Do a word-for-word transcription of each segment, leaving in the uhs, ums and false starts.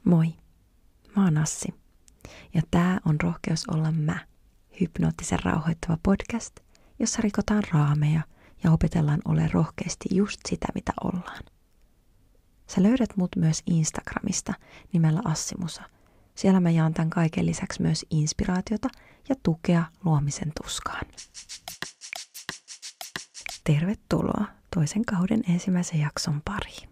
Moi, mä oon Assi ja tää on Rohkeus olla mä, hypnoottisen rauhoittava podcast, jossa rikotaan raameja ja opetellaan ole rohkeasti just sitä, mitä ollaan. Sä löydät mut myös Instagramista nimellä Assimusa. Siellä mä jaan tämän kaiken lisäksi myös inspiraatiota ja tukea luomisen tuskaan. Tervetuloa toisen kauden ensimmäisen jakson pariin.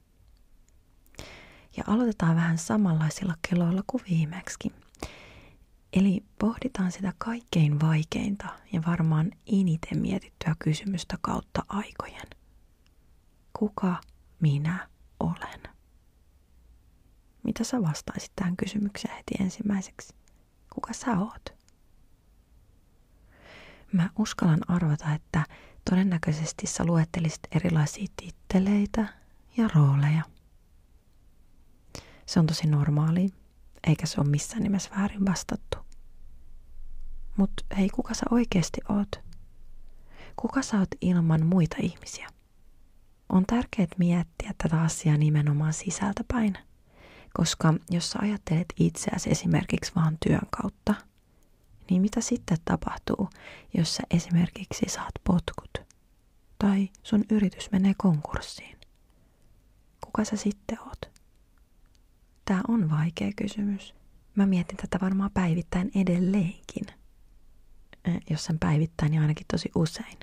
Ja aloitetaan vähän samanlaisilla keloilla kuin viimeksi. Eli pohditaan sitä kaikkein vaikeinta ja varmaan eniten mietittyä kysymystä kautta aikojen. Kuka minä olen? Mitä sä vastaisit tähän kysymykseen heti ensimmäiseksi? Kuka sä oot? Mä uskallan arvata, että todennäköisesti sä luettelisit erilaisia titteleitä ja rooleja. Se on tosi normaalia, eikä se ole missään nimessä väärin vastattu. Mut hei, kuka sä oikeasti oot? Kuka sä oot ilman muita ihmisiä? On tärkeää miettiä tätä asiaa nimenomaan sisältäpäin, koska jos sä ajattelet itseäsi esimerkiksi vaan työn kautta, niin mitä sitten tapahtuu, jos sä esimerkiksi saat potkut tai sun yritys menee konkurssiin? Kuka sä sitten oot? Tää on vaikea kysymys. Mä mietin tätä varmaan päivittäin edelleenkin. Jos sen päivittäin, niin ainakin tosi usein.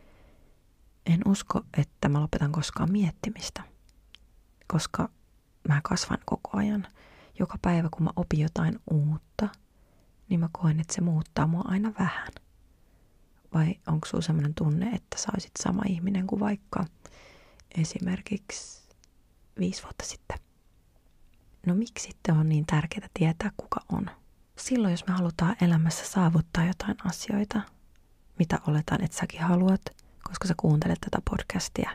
En usko, että mä lopetan koskaan miettimistä. Koska mä kasvan koko ajan. Joka päivä, kun mä opin jotain uutta, niin mä koen, että se muuttaa mua aina vähän. Vai onko sulla sellainen tunne, että sä olisit sama ihminen kuin vaikka esimerkiksi viisi vuotta sitten? No miksi sitten on niin tärkeää tietää, kuka on? Silloin, jos me halutaan elämässä saavuttaa jotain asioita, mitä oletan, että säkin haluat, koska sä kuuntelet tätä podcastia,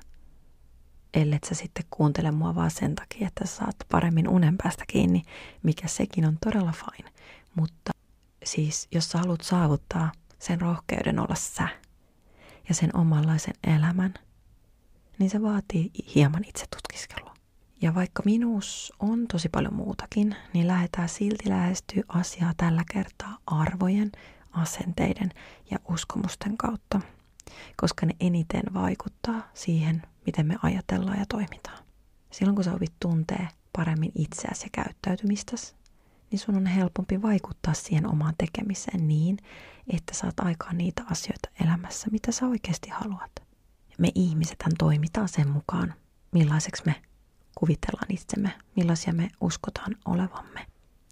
ellet sä sitten kuuntele mua vaan sen takia, että sä saat paremmin unen päästä kiinni, mikä sekin on todella fine. Mutta siis, jos sä haluat saavuttaa sen rohkeuden olla sä ja sen omanlaisen elämän, niin se vaatii hieman itsetutkiskelua. Ja vaikka minuus on tosi paljon muutakin, niin lähdetään silti lähestyä asiaa tällä kertaa arvojen, asenteiden ja uskomusten kautta, koska ne eniten vaikuttaa siihen, miten me ajatellaan ja toimitaan. Silloin kun sä opit tuntee paremmin itseäsi ja käyttäytymistäsi, niin sun on helpompi vaikuttaa siihen omaan tekemiseen niin, että saat aikaan niitä asioita elämässä, mitä sä oikeasti haluat. Me ihmisethän toimitaan sen mukaan, millaiseksi me kuvitellaan itsemme, millaisia me uskotaan olevamme.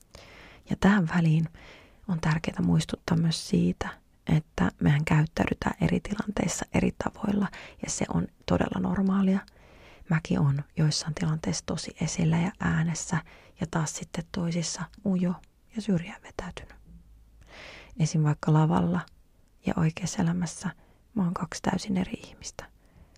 Ja tähän väliin on tärkeää muistuttaa myös siitä, että mehän käyttäydytään eri tilanteissa eri tavoilla ja se on todella normaalia. Mäkin on joissain tilanteissa tosi esillä ja äänessä ja taas sitten toisissa ujo ja syrjään vetäytynyt. Esim. Vaikka lavalla ja oikeassa elämässä mä oon kaksi täysin eri ihmistä.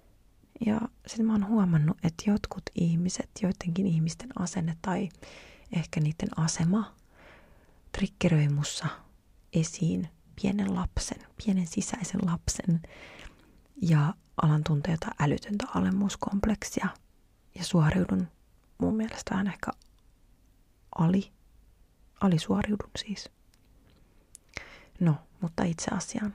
Ja sitten mä oon huomannut, että jotkut ihmiset, joidenkin ihmisten asenne tai ehkä niiden asema triggeröi mussa esiin pienen lapsen, pienen sisäisen lapsen ja alan tuntea jotain älytöntä alemmuuskompleksia ja suoriudun mun mielestä vähän ehkä ali, alisuoriudun siis. No, mutta itse asiaan.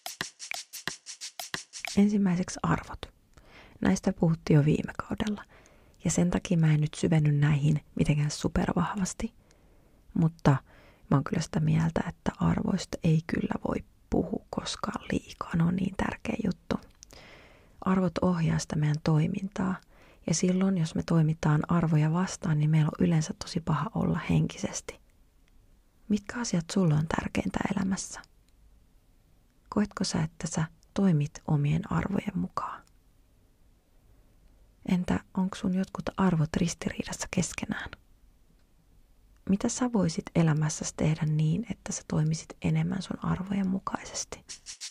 Ensimmäiseksi arvot. Näistä puhuttiin jo viime kaudella, ja sen takia mä en nyt syvenny näihin mitenkään supervahvasti, mutta mä oon kyllä sitä mieltä, että arvoista ei kyllä voi puhua koskaan liikaa, ne on niin tärkeä juttu. Arvot ohjaa sitä meidän toimintaa, ja silloin, jos me toimitaan arvoja vastaan, niin meillä on yleensä tosi paha olla henkisesti. Mitkä asiat sulle on tärkeintä elämässä? Koetko sä, että sä toimit omien arvojen mukaan? Entä onko sun jotkut arvot ristiriidassa keskenään? Mitä sä voisit elämässäsi tehdä niin, että sä toimisit enemmän sun arvojen mukaisesti?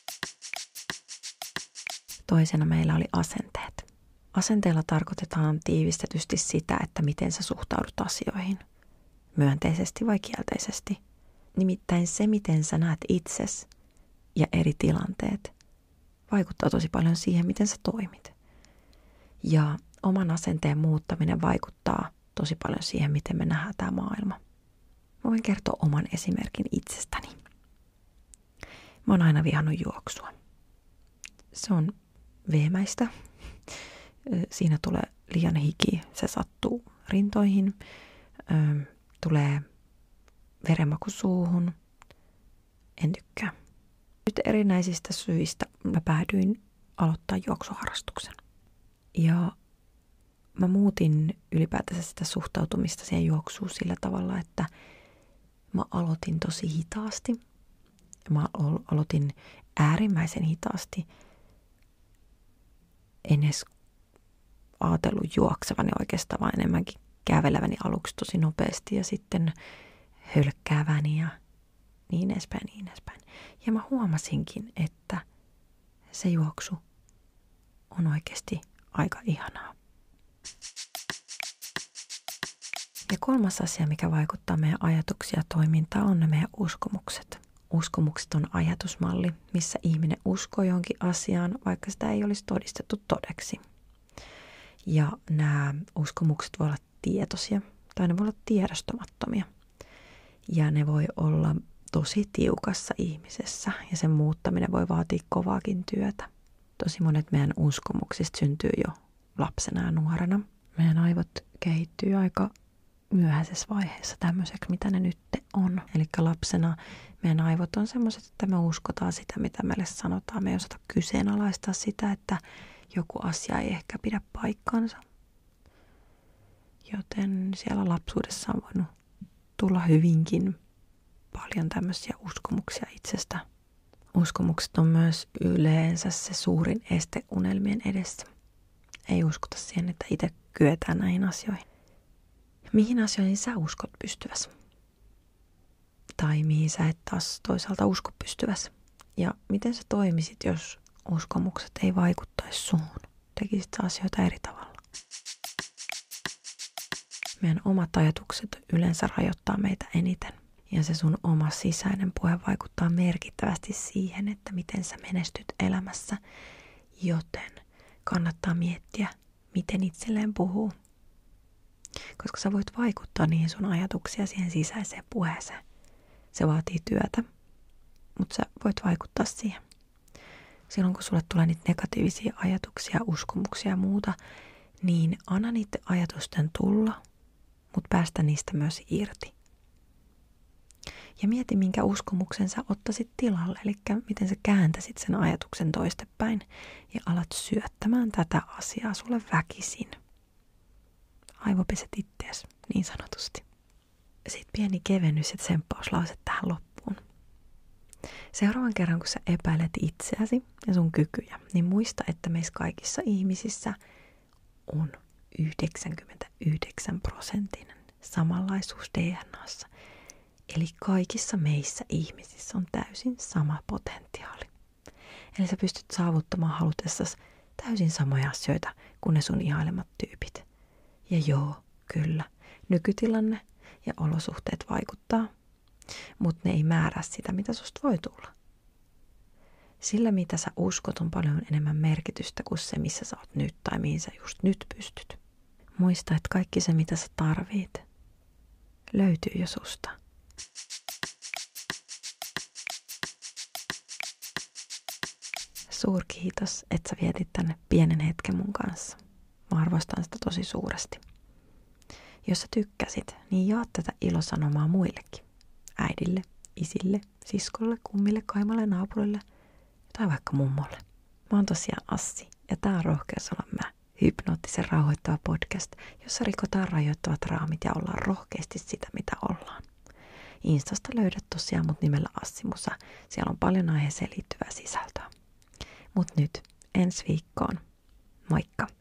Toisena meillä oli asenteet. Asenteella tarkoitetaan tiivistetysti sitä, että miten sä suhtaudut asioihin. Myönteisesti vai kielteisesti. Nimittäin se, miten sä näet itses ja eri tilanteet, vaikuttaa tosi paljon siihen, miten sä toimit. Ja oman asenteen muuttaminen vaikuttaa tosi paljon siihen, miten me nähdään tämä maailma. Mä voin kertoa oman esimerkin itsestäni. Mä oon aina vihannut juoksua. Se on veemäistä. Siinä tulee liian hiki. Se sattuu rintoihin. Tulee verenmaku suuhun. En tykkää. Nyt erinäisistä syistä mä päädyin aloittaa juoksuharrastuksen. Ja mä muutin ylipäätänsä sitä suhtautumista siihen juoksuun sillä tavalla, että mä aloitin tosi hitaasti. Mä aloitin äärimmäisen hitaasti. En edes ajatellut juoksevani oikeastaan, vaan enemmänkin käveleväni aluksi tosi nopeasti ja sitten hölkkääväni ja niin edespäin, niin edespäin. Ja mä huomasinkin, että se juoksu on oikeasti aika ihanaa. Ja kolmas asia, mikä vaikuttaa meidän ajatuksia ja toimintaan, on ne meidän uskomukset. Uskomukset on ajatusmalli, missä ihminen uskoo johonkin asiaan, vaikka sitä ei olisi todistettu todeksi. Ja nämä uskomukset voi olla tietoisia tai ne voi olla tiedostamattomia. Ja ne voi olla tosi tiukassa ihmisessä ja sen muuttaminen voi vaatia kovaakin työtä. Tosi monet meidän uskomuksista syntyy jo lapsena ja nuorena. Meidän aivot kehittyy aika myöhäisessä vaiheessa tämmöiseksi, mitä ne nyt on. Eli lapsena meidän aivot on semmoiset, että me uskotaan sitä, mitä meille sanotaan. Me ei osata kyseenalaistaa sitä, että joku asia ei ehkä pidä paikkaansa. Joten siellä lapsuudessa on voinut tulla hyvinkin paljon tämmöisiä uskomuksia itsestä. Uskomukset on myös yleensä se suurin este unelmien edessä. Ei uskota siihen, että itse kyetään näihin asioihin. Mihin asioihin sä uskot pystyväsi? Tai mihin sä et taas toisaalta usko pystyväsi? Ja miten sä toimisit, jos uskomukset ei vaikuttaisi suhun? Tekisit sä asioita eri tavalla? Meidän omat ajatukset yleensä rajoittaa meitä eniten. Ja se sun oma sisäinen puhe vaikuttaa merkittävästi siihen, että miten sä menestyt elämässä. Joten kannattaa miettiä, miten itselleen puhuu. Koska sä voit vaikuttaa niihin sun ajatuksia siihen sisäiseen puheeseen. Se vaatii työtä, mutta sä voit vaikuttaa siihen. Silloin kun sulle tulee niitä negatiivisia ajatuksia, uskomuksia ja muuta, niin anna niiden ajatusten tulla, mutta päästä niistä myös irti. Ja mieti, minkä uskomuksen sä ottaisit tilalle, eli miten sä kääntäisit sen ajatuksen toistepäin ja alat syöttämään tätä asiaa sulle väkisin. Aivopeset ittees, niin sanotusti. Sitten pieni kevennys ja tsemppauslause tähän loppuun. Seuraavan kerran, kun sä epäilet itseäsi ja sun kykyjä, niin muista, että meissä kaikissa ihmisissä on yhdeksänkymmentäyhdeksän prosenttinen samanlaisuus D N A:ssa. Eli kaikissa meissä ihmisissä on täysin sama potentiaali. Eli sä pystyt saavuttamaan halutessasi täysin samoja asioita kuin ne sun ihailemat tyypit. Ja joo, kyllä, nykytilanne ja olosuhteet vaikuttaa, mutta ne ei määrää sitä, mitä susta voi tulla. Sillä, mitä sä uskot, on paljon enemmän merkitystä kuin se, missä sä oot nyt tai mihin sä just nyt pystyt. Muista, että kaikki se, mitä sä tarvit, löytyy jo susta. Suurkiitos, että sä vietit tänne pienen hetken mun kanssa. Mä arvostan sitä tosi suuresti. Jos sä tykkäsit, niin jaa tätä ilosanomaa muillekin. Äidille, isille, siskolle, kummille, kaimalle, naapurille tai vaikka mummolle. Mä oon tosiaan Assi ja tää on Rohkeus olla mä. Hypnoottisen rauhoittava podcast, jossa rikotaan rajoittavat raamit ja ollaan rohkeasti sitä, mitä ollaan. Instasta löydät tosiaan mut nimellä Assimusa. Siellä on paljon aiheeseen liittyvää sisältöä. Mut nyt ensi viikkoon. Moikka!